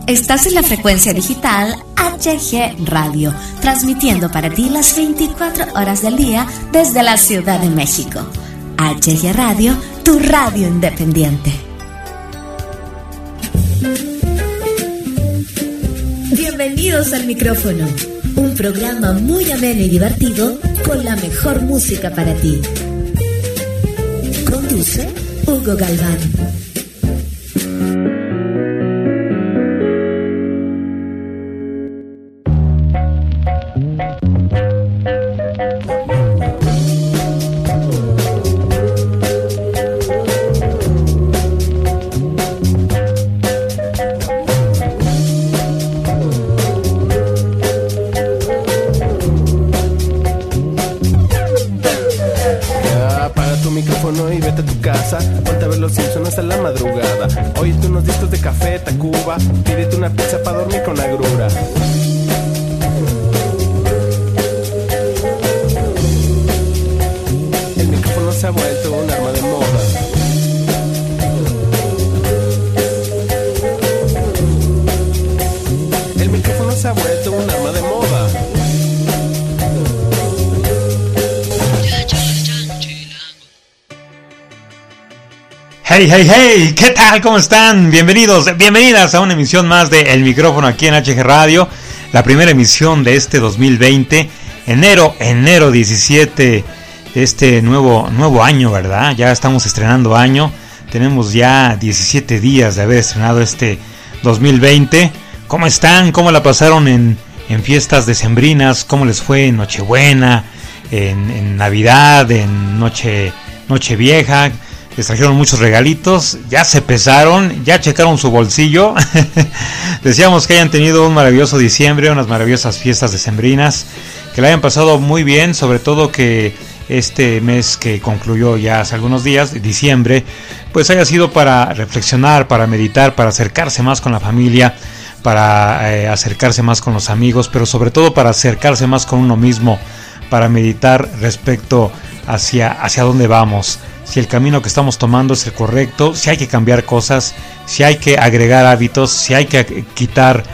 Estás en la frecuencia digital HG Radio, transmitiendo para ti las 24 horas del día desde la Ciudad de México. HG Radio, tu radio independiente. Bienvenidos al micrófono, un programa muy ameno y divertido con la mejor música para ti. Conduce Hugo Galván. Ponte a ver los Simpsons hasta la madrugada. Óyete unos discos de Café Tacuba. Pídete una pizza para dormir con agrura. El micrófono se ha vuelto un arma de moda. El micrófono se ha vuelto un arma de moda. Hey, hey, hey, ¿qué tal? ¿Cómo están? Bienvenidos, bienvenidas a una emisión más de El Micrófono aquí en HG Radio. La primera emisión de este 2020, enero 17 de este nuevo año, ¿verdad? Ya estamos estrenando año. Tenemos ya 17 días de haber estrenado este 2020. ¿Cómo están? ¿Cómo la pasaron en fiestas decembrinas? ¿Cómo les fue en Nochebuena, en Navidad, en Nochevieja? Les trajeron muchos regalitos, ya se pesaron, ya checaron su bolsillo. Decíamos que hayan tenido un maravilloso diciembre, unas maravillosas fiestas decembrinas, que la hayan pasado muy bien, sobre todo que este mes que concluyó ya hace algunos días, diciembre, pues haya sido para reflexionar, para meditar, para acercarse más con la familia, para acercarse más con los amigos, pero sobre todo para acercarse más con uno mismo, para meditar respecto hacia dónde vamos. Si el camino que estamos tomando es el correcto, si hay que cambiar cosas, si hay que agregar hábitos, si hay que quitar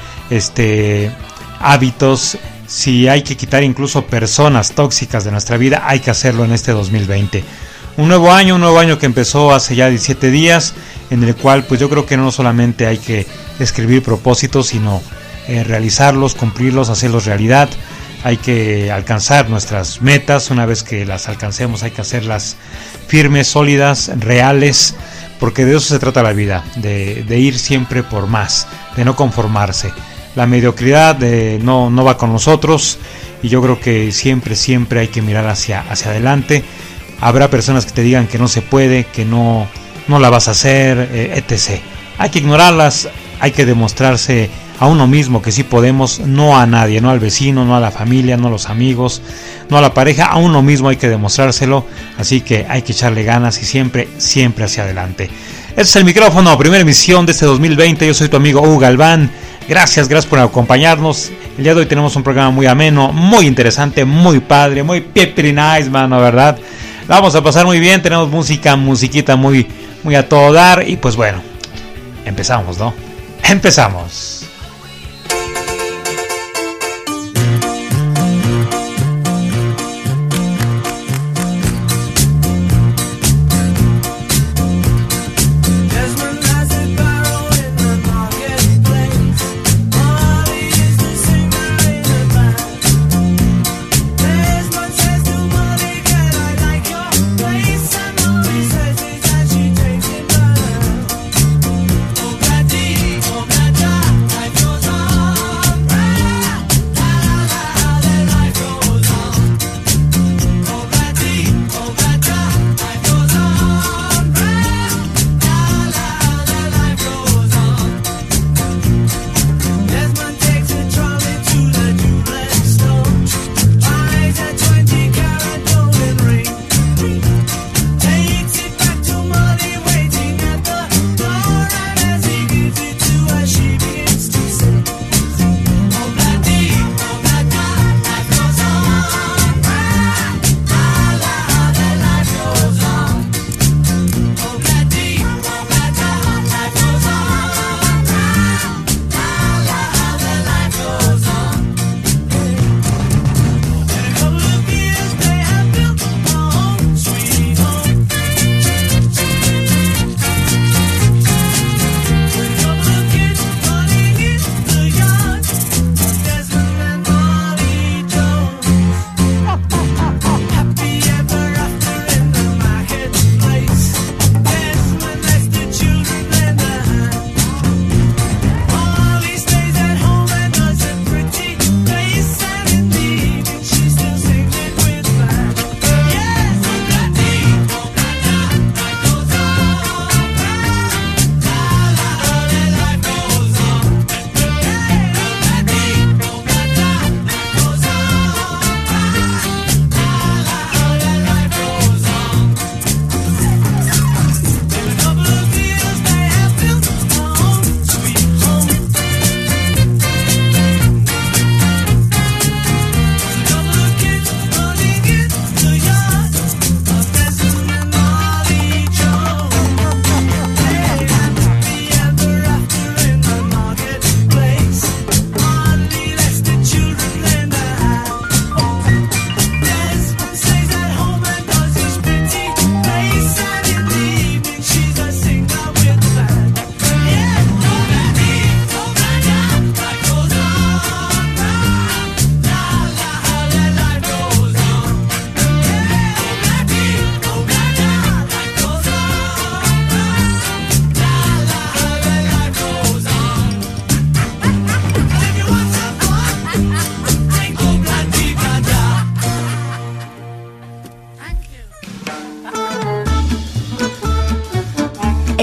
hábitos, si hay que quitar incluso personas tóxicas de nuestra vida, hay que hacerlo en este 2020. Un nuevo año que empezó hace ya 17 días, en el cual pues yo creo que no solamente hay que escribir propósitos, sino realizarlos, cumplirlos, hacerlos realidad. Hay que alcanzar nuestras metas. Una vez que las alcancemos hay que hacerlas firmes, sólidas, reales, porque de eso se trata la vida, de ir siempre por más, de no conformarse. La mediocridad no va con nosotros, y yo creo que siempre hay que mirar hacia adelante. Habrá personas que te digan que no se puede, que no la vas a hacer, etc. Hay que ignorarlas, hay que demostrarse a uno mismo que sí podemos, no a nadie, no al vecino, no a la familia, no a los amigos, no a la pareja, a uno mismo hay que demostrárselo. Así que hay que echarle ganas y siempre hacia adelante. Este es El Micrófono, primera emisión de este 2020. Yo soy tu amigo Hugo Galván. Gracias por acompañarnos. El día de hoy tenemos un programa muy ameno, muy interesante, muy padre, muy peppery nice, mano, ¿verdad? La vamos a pasar muy bien, tenemos musiquita muy a todo dar. Y pues bueno, empezamos, ¿no? Empezamos.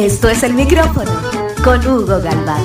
Esto es El Micrófono con Hugo Galván.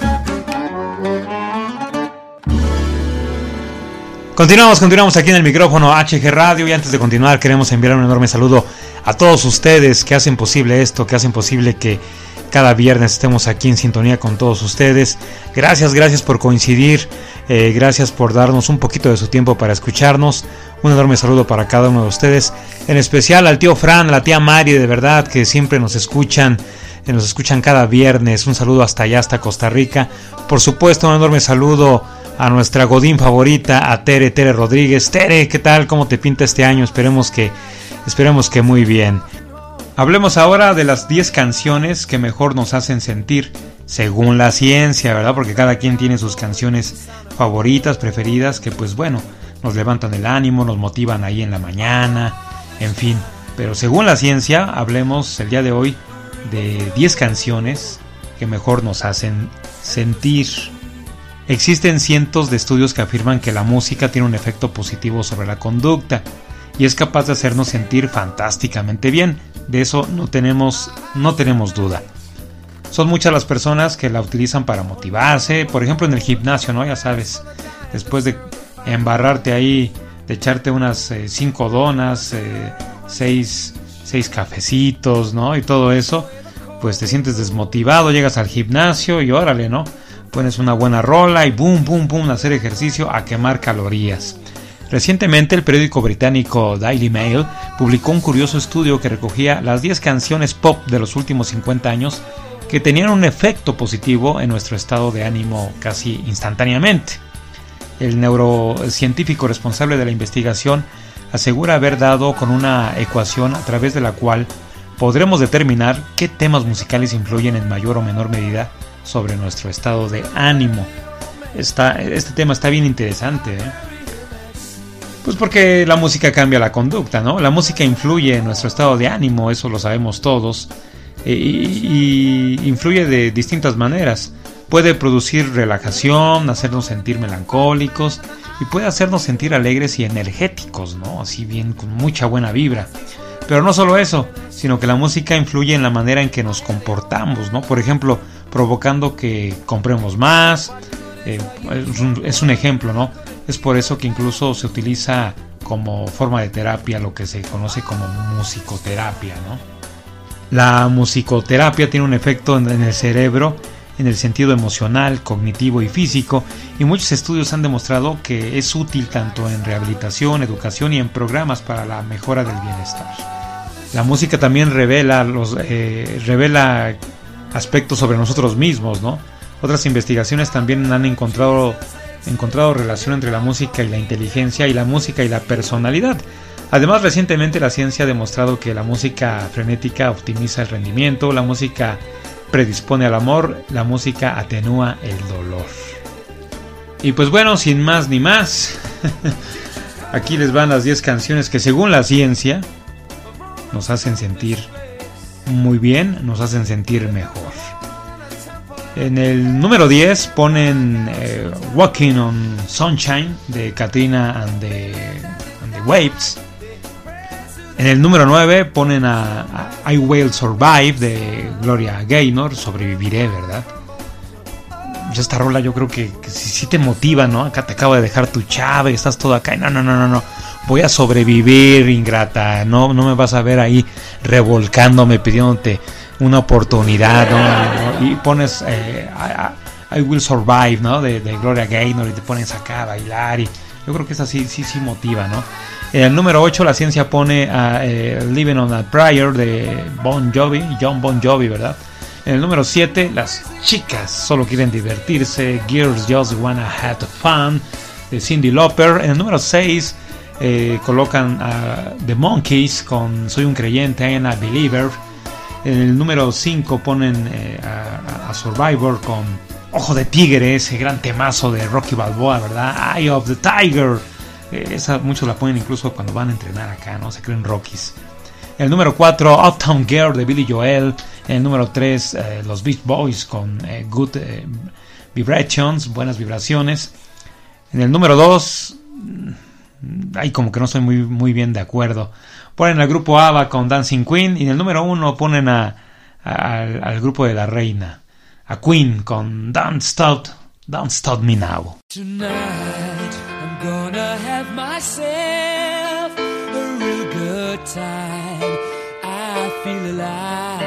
Continuamos aquí en El Micrófono HG Radio, y antes de continuar queremos enviar un enorme saludo a todos ustedes que hacen posible esto, que hacen posible que cada viernes estemos aquí en sintonía con todos ustedes. Gracias por coincidir, gracias por darnos un poquito de su tiempo para escucharnos. Un enorme saludo para cada uno de ustedes, en especial al tío Fran, a la tía Mari, de verdad que siempre nos escuchan cada viernes. Un saludo hasta allá, hasta Costa Rica. Por supuesto, un enorme saludo a nuestra Godín favorita, a Tere Rodríguez. Tere, ¿qué tal? ¿Cómo te pinta este año? Esperemos que muy bien. Hablemos ahora de las 10 canciones que mejor nos hacen sentir, según la ciencia, ¿verdad? Porque cada quien tiene sus canciones favoritas, preferidas, que pues bueno, nos levantan el ánimo, nos motivan ahí en la mañana, en fin. Pero según la ciencia, hablemos el día de hoy de 10 canciones que mejor nos hacen sentir. Existen cientos de estudios que afirman que la música tiene un efecto positivo sobre la conducta y es capaz de hacernos sentir fantásticamente bien. De eso no tenemos duda. Son muchas las personas que la utilizan para motivarse, por ejemplo en el gimnasio, ¿no? Ya sabes, después de embarrarte ahí, de echarte unas 5 donas, 6 cafecitos, ¿no? Y todo eso, pues te sientes desmotivado, llegas al gimnasio y órale, ¿no? Pones una buena rola y boom, hacer ejercicio, a quemar calorías. Recientemente el periódico británico Daily Mail publicó un curioso estudio que recogía las 10 canciones pop de los últimos 50 años que tenían un efecto positivo en nuestro estado de ánimo casi instantáneamente. El neurocientífico responsable de la investigación asegura haber dado con una ecuación a través de la cual podremos determinar qué temas musicales influyen en mayor o menor medida sobre nuestro estado de ánimo. Este tema está bien interesante, ¿eh? Pues porque la música cambia la conducta, ¿no? La música influye en nuestro estado de ánimo, eso lo sabemos todos, y influye de distintas maneras. Puede producir relajación, hacernos sentir melancólicos, y puede hacernos sentir alegres y energéticos, ¿no? Así bien, con mucha buena vibra. Pero no solo eso, sino que la música influye en la manera en que nos comportamos, ¿no? Por ejemplo, provocando que compremos más. Es un ejemplo, ¿no? Es por eso que incluso se utiliza como forma de terapia lo que se conoce como musicoterapia, ¿no? La musicoterapia tiene un efecto en el cerebro en el sentido emocional, cognitivo y físico, y muchos estudios han demostrado que es útil tanto en rehabilitación, educación y en programas para la mejora del bienestar. La música también revela aspectos sobre nosotros mismos, ¿no? Otras investigaciones también han encontrado relación entre la música y la inteligencia, y la música y la personalidad. Además, recientemente la ciencia ha demostrado que la música frenética optimiza el rendimiento, la música predispone al amor, la música atenúa el dolor. Y pues bueno, sin más ni más, aquí les van las 10 canciones que según la ciencia nos hacen sentir muy bien, nos hacen sentir mejor. En el número 10 ponen Walking on Sunshine de Katrina and the Waves. En el número 9 ponen a I Will Survive de Gloria Gaynor, sobreviviré, ¿verdad? Esta rola yo creo que sí te motiva, ¿no? Acá te acabo de dejar tu chava y estás todo acá. No. Voy a sobrevivir, ingrata. No me vas a ver ahí revolcándome, pidiéndote una oportunidad, ¿no? Y pones I Will Survive, ¿no? De Gloria Gaynor, y te pones acá a bailar, y yo creo que esa sí motiva, ¿no? En el número 8 la ciencia pone a Living on a Prayer de John Bon Jovi, ¿verdad? En el número 7 las chicas solo quieren divertirse, Girls Just Wanna Have Fun de Cyndi Lauper. En el número 6 colocan a The Monkees con Soy un creyente, I Am a Believer. En el número 5 ponen a Survivor con Ojo de Tigre, ese gran temazo de Rocky Balboa, ¿verdad? Eye of the Tiger. Esa muchos la ponen incluso cuando van a entrenar acá, ¿no? Se creen Rockies. En el número 4, Uptown Girl de Billy Joel. En el número 3, los Beach Boys con Good Vibrations, buenas vibraciones. En el número 2, ahí como que no estoy muy bien de acuerdo. Ponen al grupo ABBA con Dancing Queen. Y en el número 1 ponen a al grupo de La Reina, a Queen con Don't Stop Me Now. Tonight I'm gonna have myself a real good time. I feel alive,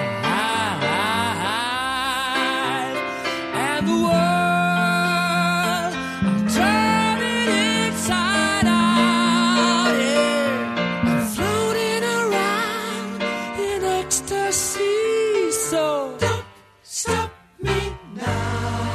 and the world I'm turning inside out. Yeah, I'm floating around in ecstasy. So don't stop me now.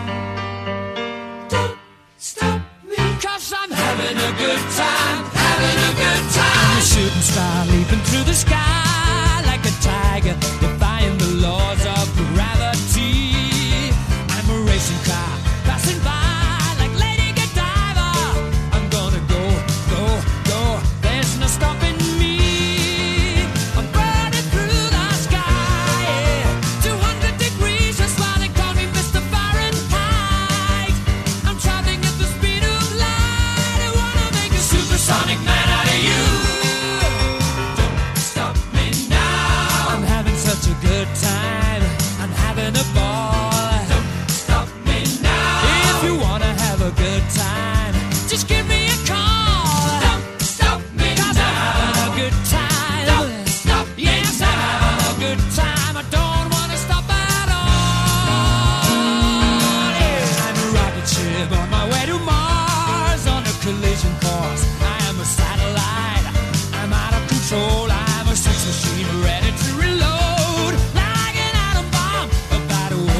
Don't stop me, 'cause I'm having a good time, having a good time. I'm a shooting star leaping through the sky like a tiger, defying the laws of gravity. I'm a racing car passing by like Lady Godiva. I'm gonna go, go, go. There's no stopping me. I'm burning through the sky, yeah. 200 degrees, that's why they call me Mr. Fahrenheit. I'm traveling at the speed of light. I wanna make a supersonic man out of you. Don't stop me now. I'm having such a good time. I'm having a ball. Don't stop me now. If you wanna have a good time, just give me a call. Don't stop me now. 'Cause I'm having a good time. Don't stop me now. Yes, I'm having a good time. I don't wanna stop at all. Yeah. I'm a rocket ship on my way to Mars on a collision course. I am a satellite. I'm out of control. I'm a sex machine ready to reload. Like an atom bomb about to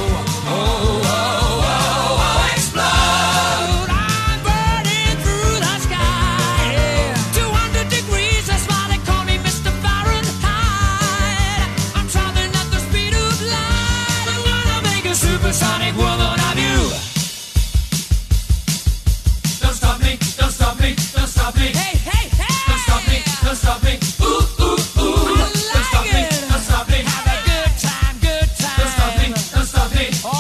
explode. I'm burning through the sky. Yeah. 200 degrees, that's why they call me Mr. Fahrenheit. I'm traveling at the speed of light. I wanna make a supersonic woman of you. Don't stop me, don't stop me, don't stop me. Hey, hey, hey! Don't stop me, don't stop me. Ooh, ooh, ooh. Don't stop me, don't stop me. Have a good time, good time. Don't stop me, don't stop me. Oh!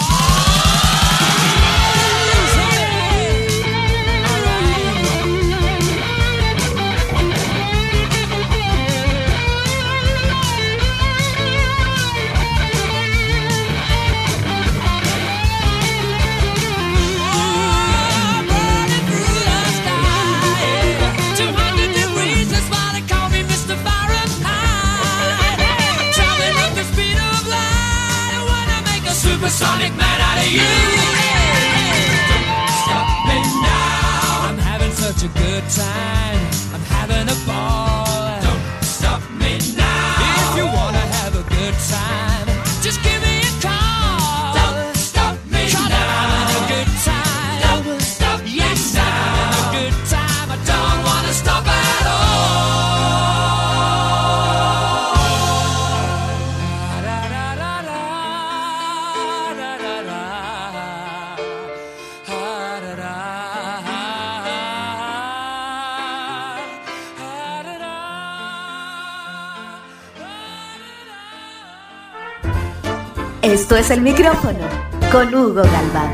Burning through the sky. 200 degrees, that's why they call me Mr. Fahrenheit. I'm traveling at the speed of light. I wanna make a supersonic man out of you. Don't stop me now. I'm having such a good time. I'm having a ball. Don't stop me now. If you wanna have a good time, just give me a call. Don't stop me now. I'm having a good time. Don't stop me now. Yes, I'm having a good time. I don't wanna stop at Esto es El Micrófono con Hugo Galván.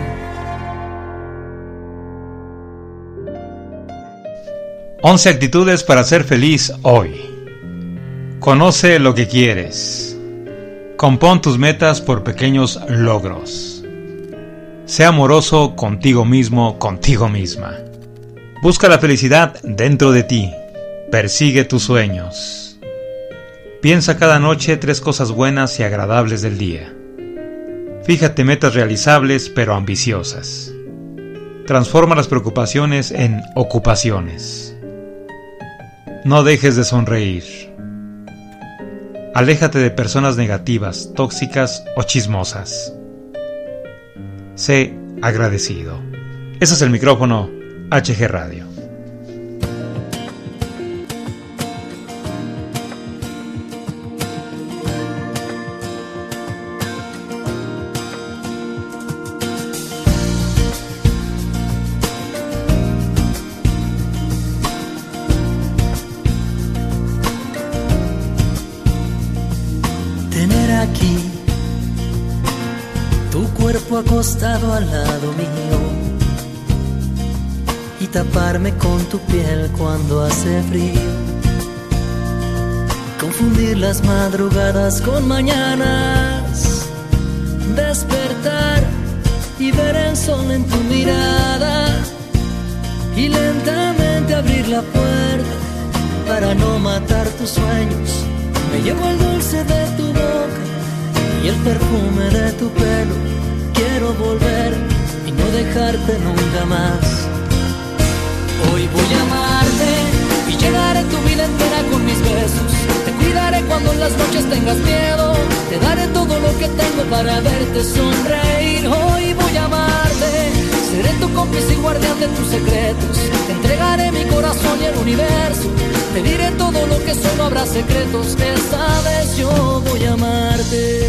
11 actitudes para ser feliz hoy. Conoce lo que quieres. Compón tus metas por pequeños logros. Sea amoroso contigo mismo, contigo misma. Busca la felicidad dentro de ti. Persigue tus sueños. Piensa cada noche 3 cosas buenas y agradables del día. Fíjate metas realizables pero ambiciosas. Transforma las preocupaciones en ocupaciones. No dejes de sonreír. Aléjate de personas negativas, tóxicas o chismosas. Sé agradecido. Ese es El Micrófono, HG Radio. Aquí tu cuerpo acostado al lado mío y taparme con tu piel cuando hace frío, confundir las madrugadas con mañanas, despertar y ver el sol en tu mirada y lentamente abrir la puerta para no matar tus sueños. Me llevo el dulce de tu boca y el perfume de tu pelo. Quiero volver y no dejarte nunca más. Hoy voy a amarte y llenaré tu vida entera con mis besos. Te cuidaré cuando en las noches tengas miedo. Te daré todo lo que tengo para verte sonreír. Hoy voy a amarte, seré tu cómplice y guardián de tus secretos. Te entregaré mi corazón y el universo. Te diré todo lo que solo habrá secretos. Esta vez yo voy a amarte.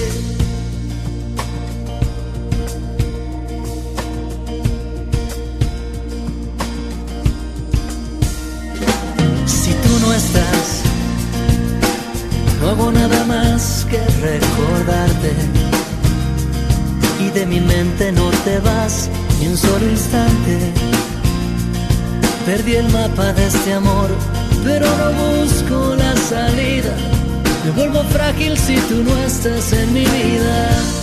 Si tú no estás, no hago nada más que recordarte. Y de mi mente no te vas ni un solo instante. Perdí el mapa de este amor, pero no busco la salida. Me vuelvo frágil si tú no estás en mi vida.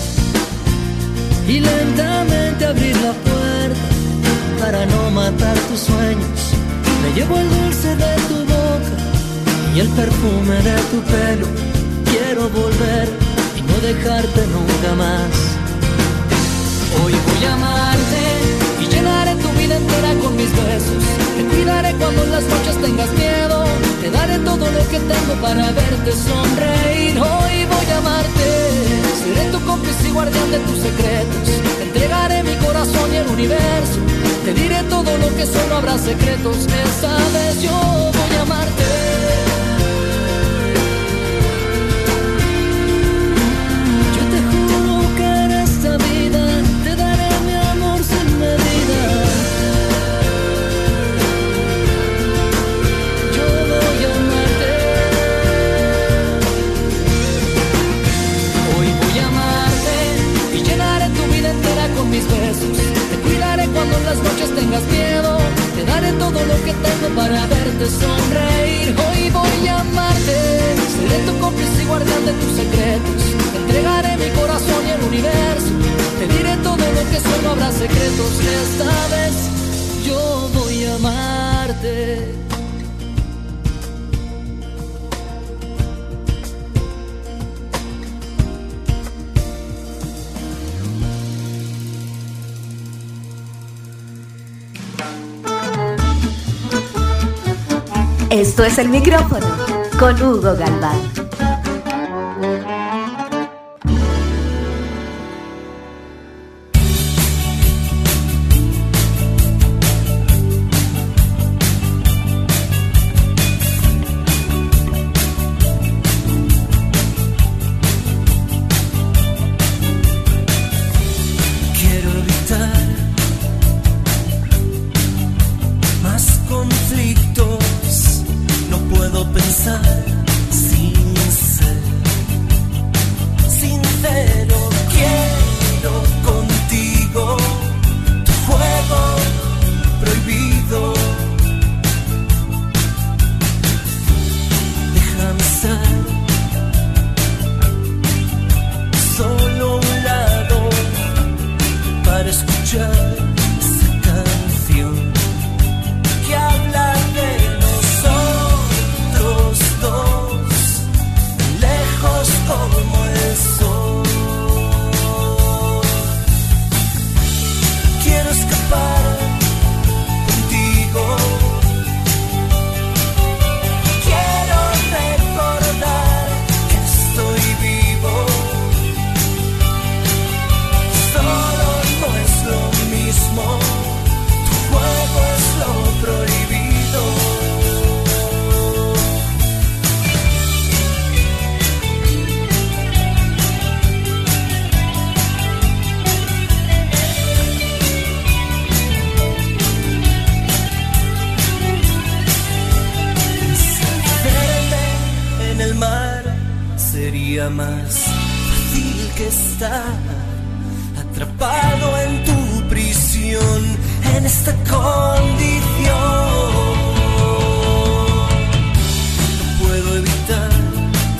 Y lentamente abrir la puerta para no matar tus sueños. Me llevo el dulce de tu boca y el perfume de tu pelo. Quiero volver y no dejarte nunca más. Hoy voy a amarte y llenaré tu vida entera con mis besos. Te cuidaré cuando en las noches tengas miedo. Te daré todo lo que tengo para verte sonreír. Hoy voy a amarte, seré tu cómplice y guardián de tus secretos. Te entregaré mi corazón y el universo. Te diré todo lo que solo habrá secretos. Esta vez yo voy a amarte. Yo te juro que en esta vida te daré mi amor sin medida. Yo voy a amarte. Hoy voy a amarte y llenaré tu vida entera con mis besos. Te cuidaré cuando en las noches tengas miedo. Te daré todo lo que tengo para verte sonreír. Hoy voy a amarte, seré tu cómplice y guardián de tus secretos. Te entregaré mi corazón y el universo. Te diré todo lo que solo habrá secretos. Esta vez yo voy a amarte. Esto es El Micrófono con Hugo Galván. Quiero evitar más conflictos. No puedo pensar sin ser sincero. Quiero contigo tu juego prohibido. Déjame ser solo un lado para escuchar esa canción que habla de nosotros dos, lejos como el sol. Quiero escapar contigo. Quiero recordar que estoy vivo. Solo no es lo mismo. Tu juego es lo prohibido. Desafiarme en el mar sería más fácil que estar atrapado en tu prisión, en esta condición. No puedo evitar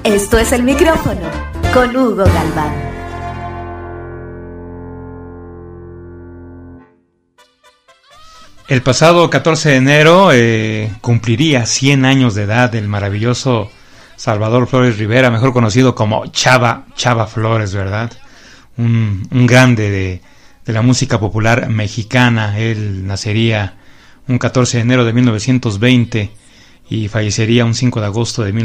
Esto es El Micrófono con Hugo Galván. El pasado 14 de enero cumpliría 100 años de edad el maravilloso Salvador Flores Rivera, mejor conocido como Chava Flores, ¿verdad? Un grande de la música popular mexicana. Él nacería un 14 de enero de 1920 y fallecería un 5 de agosto de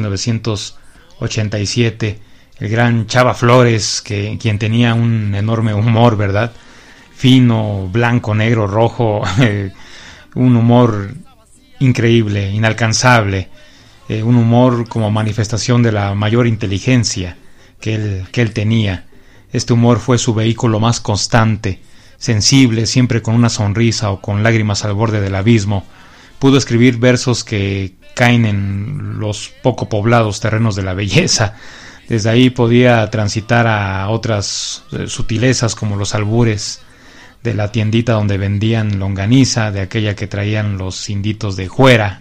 1987. El gran Chava Flores, quien tenía un enorme humor, ¿verdad? Fino, blanco, negro, rojo, un humor increíble, inalcanzable, un humor como manifestación de la mayor inteligencia que él tenía. Este humor fue su vehículo más constante, sensible, siempre con una sonrisa o con lágrimas al borde del abismo. Pudo escribir versos que caen en los poco poblados terrenos de la belleza. Desde ahí podía transitar a otras sutilezas como los albures de la tiendita donde vendían longaniza, de aquella que traían los inditos de Juera,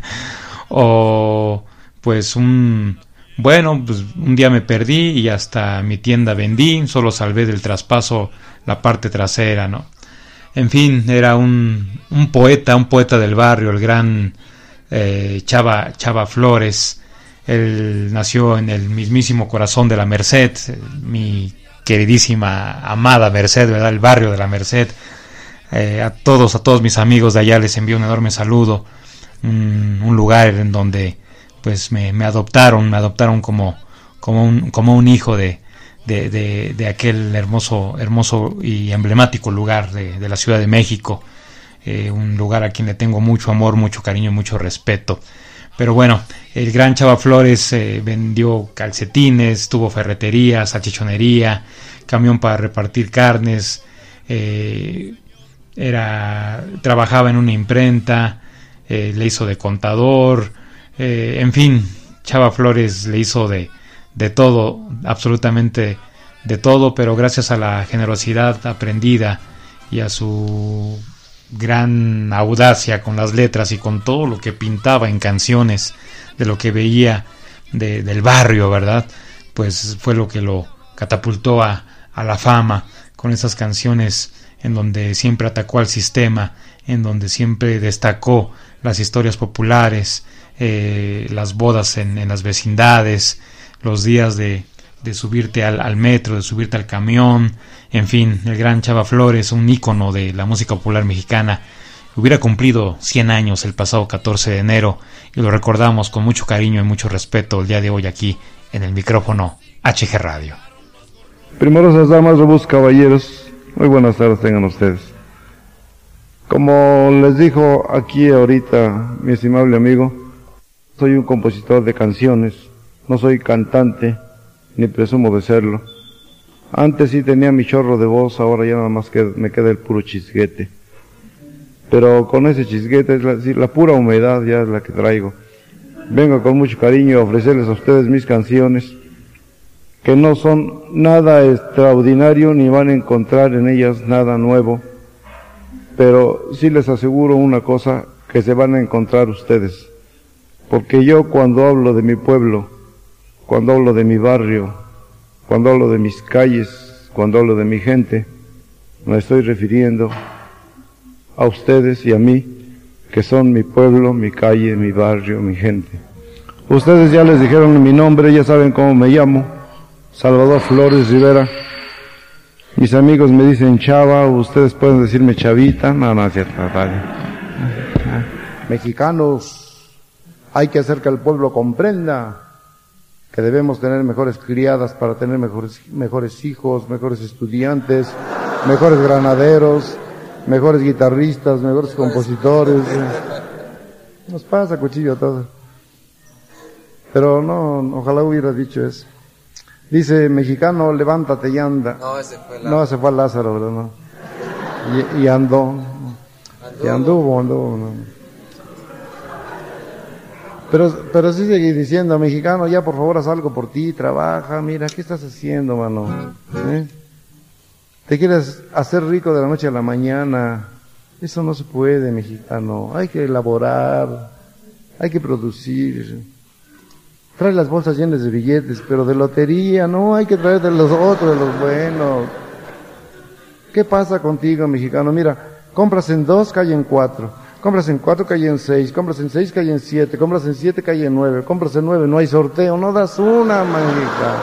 o pues un día me perdí y hasta mi tienda vendí, solo salvé del traspaso la parte trasera, ¿no? En fin, era un poeta del barrio, el gran Chava Flores. Él nació en el mismísimo corazón de la Merced, mi queridísima, amada Merced, ¿verdad? El barrio de la Merced. A todos mis amigos de allá les envío un enorme saludo. Un lugar en donde pues me adoptaron como un hijo de aquel hermoso y emblemático lugar de la Ciudad de México. Un lugar a quien le tengo mucho amor, mucho cariño y mucho respeto. Pero bueno, el gran Chava Flores vendió calcetines, tuvo ferretería, salchichonería, camión para repartir carnes, trabajaba en una imprenta, le hizo de contador, en fin, Chava Flores le hizo de todo, absolutamente de todo, pero gracias a la generosidad aprendida y a su gran audacia con las letras y con todo lo que pintaba en canciones, de lo que veía del barrio, ¿verdad? Pues fue lo que lo catapultó a la fama, con esas canciones en donde siempre atacó al sistema, en donde siempre destacó las historias populares, las bodas en las vecindades, los días de subirte al metro, de subirte al camión. En fin, el gran Chava Flores, un ícono de la música popular mexicana, hubiera cumplido 100 años el pasado 14 de enero y lo recordamos con mucho cariño y mucho respeto el día de hoy aquí en el micrófono HG Radio. Primorosas damas, robustos caballeros, muy buenas tardes tengan ustedes. Como les dijo aquí ahorita mi estimable amigo, soy un compositor de canciones, no soy cantante, ni presumo de serlo. Antes sí tenía mi chorro de voz, ahora ya nada más me queda el puro chisguete. Pero con ese chisguete es la pura humedad ya es la que traigo. Vengo con mucho cariño a ofrecerles a ustedes mis canciones, que no son nada extraordinario ni van a encontrar en ellas nada nuevo, pero sí les aseguro una cosa que se van a encontrar ustedes, porque yo cuando hablo de mi pueblo, cuando hablo de mi barrio, cuando hablo de mis calles, cuando hablo de mi gente, me estoy refiriendo a ustedes y a mí, que son mi pueblo, mi calle, mi barrio, mi gente. Ustedes ya les dijeron mi nombre, ya saben cómo me llamo, Salvador Flores Rivera. Mis amigos me dicen Chava, ustedes pueden decirme Chavita. No es cierto. Mexicanos, hay que hacer que el pueblo comprenda que debemos tener mejores criadas para tener mejores hijos, mejores estudiantes, mejores granaderos, mejores guitarristas, mejores compositores. Nos pasa cuchillo a todos. Pero no, ojalá hubiera dicho eso. Dice, mexicano, levántate y anda. No, ese fue Lázaro. No, ese fue Lázaro, ¿verdad? No. Y andó. Y anduvo. No. Pero sí seguí diciendo, mexicano, ya por favor haz algo por ti, trabaja, mira, ¿qué estás haciendo, mano? ¿Te quieres hacer rico de la noche a la mañana? Eso no se puede, mexicano. Hay que elaborar, hay que producir. trae las bolsas llenas de billetes, pero de lotería, no, hay que traer de los otros, de los buenos. ¿Qué pasa contigo, mexicano? Mira, compras en 2, cae en 4. Compras en 4, cae en 6. Compras en 6, cae en 7. Compras en 7, cae en 9. Compras en 9, no hay sorteo, no das una, mexicano.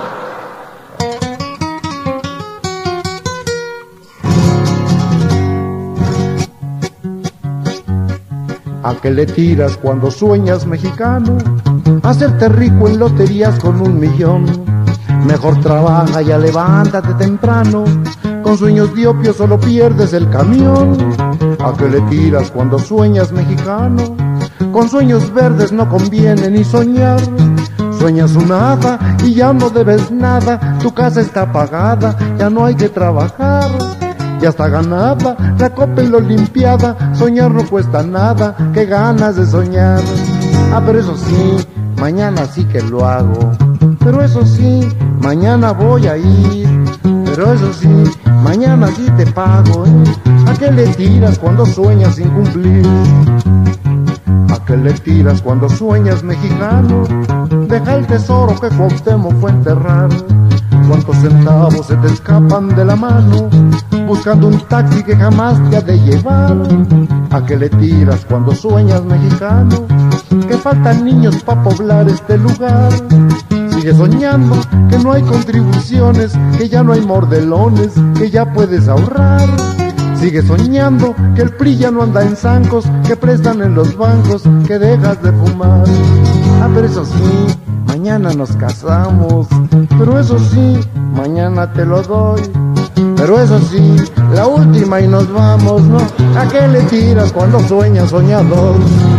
¿A qué le tiras cuando sueñas, mexicano? Hacerte rico en loterías con 1 millón. Mejor trabaja, ya levántate temprano. Con sueños diopios solo pierdes el camión. ¿A qué le tiras cuando sueñas, mexicano? Con sueños verdes no conviene ni soñar. Sueñas un hada y ya no debes nada. Tu casa está pagada, ya no hay que trabajar. Ya está ganada la Copa y la Olimpiada. Soñar no cuesta nada, qué ganas de soñar. Pero eso sí, mañana sí que lo hago. Pero eso sí, mañana voy a ir. Pero eso sí, mañana sí te pago, ¿A qué le tiras cuando sueñas sin cumplir? ¿A qué le tiras cuando sueñas, mexicano? Deja el tesoro que Cuauhtémoc fue a enterrar. ¿Cuántos centavos se te escapan de la mano buscando un taxi que jamás te ha de llevar? ¿A qué le tiras cuando sueñas, mexicano? Que faltan niños para poblar este lugar. Sigue soñando que no hay contribuciones, que ya no hay mordelones, que ya puedes ahorrar. Sigue soñando que el PRI ya no anda en zancos, que prestan en los bancos, que dejas de fumar. Pero eso sí, mañana nos casamos. Pero eso sí, mañana te lo doy. Pero eso sí, la última y nos vamos, ¿no? ¿A qué le tiras cuando sueñas, soñador?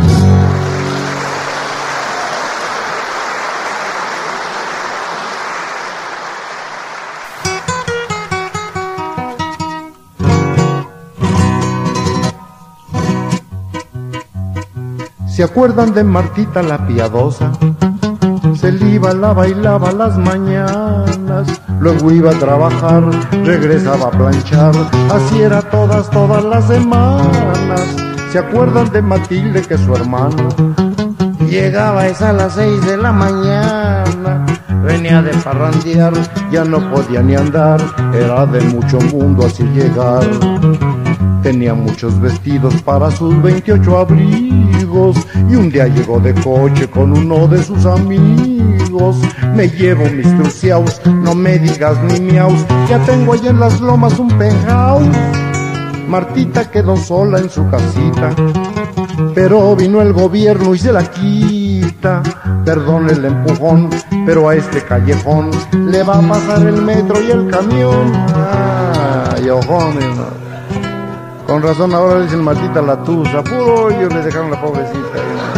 ¿Se acuerdan de Martita la piadosa? Se la bailaba las mañanas, luego iba a trabajar, regresaba a planchar, así era todas las semanas. ¿Se acuerdan de Matilde, que su hermano llegaba a las 6 de la mañana? Venía de parrandear, ya no podía ni andar, era de mucho mundo así llegar. Tenía muchos vestidos para sus 28 abrigos y un día llegó de coche con uno de sus amigos. Me llevo mis truciaus, no me digas ni miaus, ya tengo allá en las lomas un penthouse. Martita quedó sola en su casita, pero vino el gobierno y se la quita. Perdón el empujón, pero a este callejón le va a pasar el metro y el camión. Ay, ojones, ¿no? Con razón ahora le dicen Martita la tusa, puro hoyo le dejaron la pobrecita.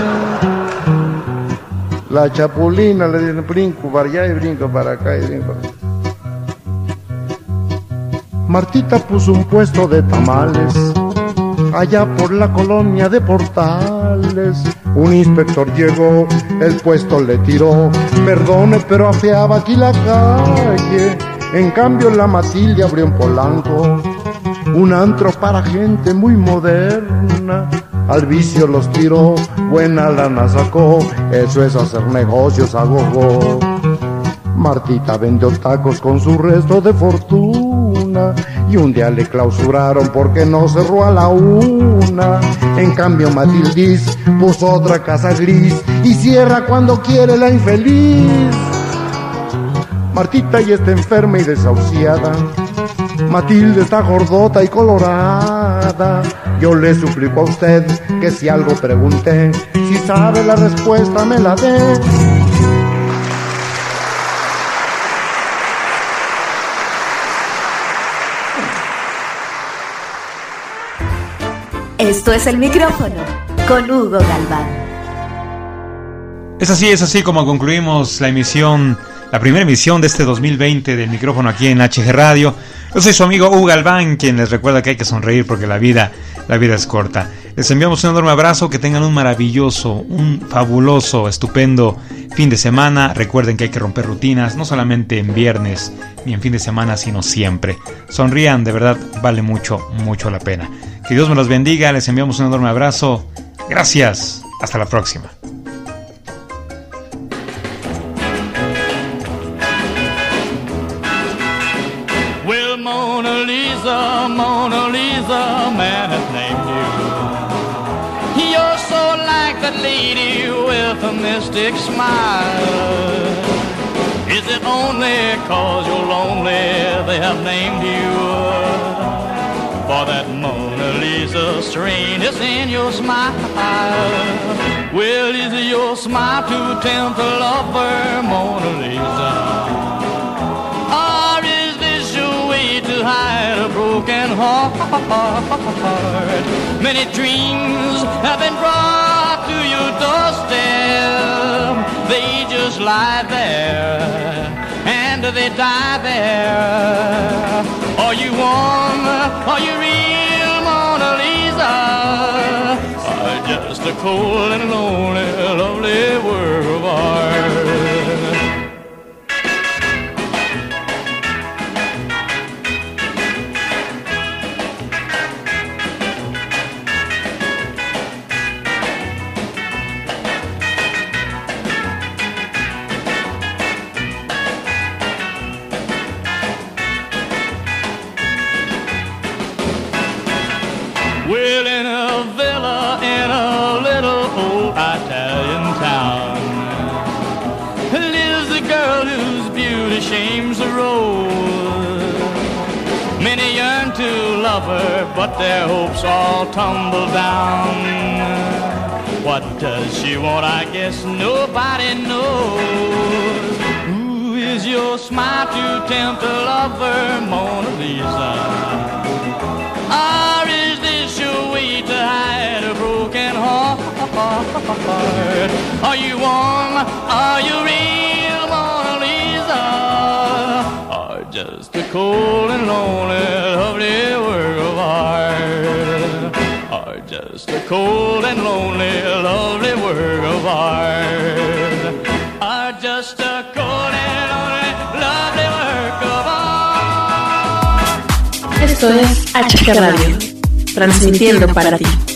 La chapulina le dicen, brinco para allá y brinco para acá y brinco. Martita puso un puesto de tamales allá por la colonia de Portales. Un inspector llegó, el puesto le tiró, perdone pero afeaba aquí la calle. En cambio la Matilde abrió en Polanco un antro para gente muy moderna. Al vicio los tiró, buena lana sacó, eso es hacer negocios a gogo. Martita vendió tacos con su resto de fortuna y un día le clausuraron porque no cerró a la 1. En cambio Matildis puso otra casa gris y cierra cuando quiere la infeliz. Martita ya está enferma y desahuciada, Matilde está gordota y colorada. Yo le suplico a usted que si algo pregunté, si sabe la respuesta me la dé. Esto es El Micrófono con Hugo Galván. Es así como concluimos la emisión, la primera emisión de este 2020 del Micrófono aquí en HG Radio. Yo soy su amigo Hugo Galván, quien les recuerda que hay que sonreír porque la vida es corta. Les enviamos un enorme abrazo, que tengan un maravilloso, un fabuloso, estupendo fin de semana. Recuerden que hay que romper rutinas, no solamente en viernes ni en fin de semana, sino siempre. Sonrían, de verdad vale mucho la pena. Que Dios me los bendiga, les enviamos un enorme abrazo. Gracias, hasta la próxima. private lady with a mystic smile. Is it only 'cause you're lonely they have named you? For that Mona Lisa strain is in your smile. Well, is it your smile to tempt a lover, Mona Lisa? Or is this your way to hide a broken heart? Many dreams have been brought to your doorstep. They just lie there and they die there. Are you warm? Are you real, Mona Lisa? Or just a cold and lonely, lovely work of art? Well, in a villa in a little old Italian town lives a girl whose beauty shames the road. Many yearn to love her, but their hopes all tumble down. What does she want? I guess nobody knows. Who is your smile to tempt a lover, Mona Lisa? Or is this your way to hide a broken heart? Are you warm? Are you real, Mona Lisa? Or just a cold and lonely, lovely work of art? Or just a cold and lonely, lovely work of art? Or just a cold and lonely, lovely work of art? Esto es HG Radio, transmitiendo para ti.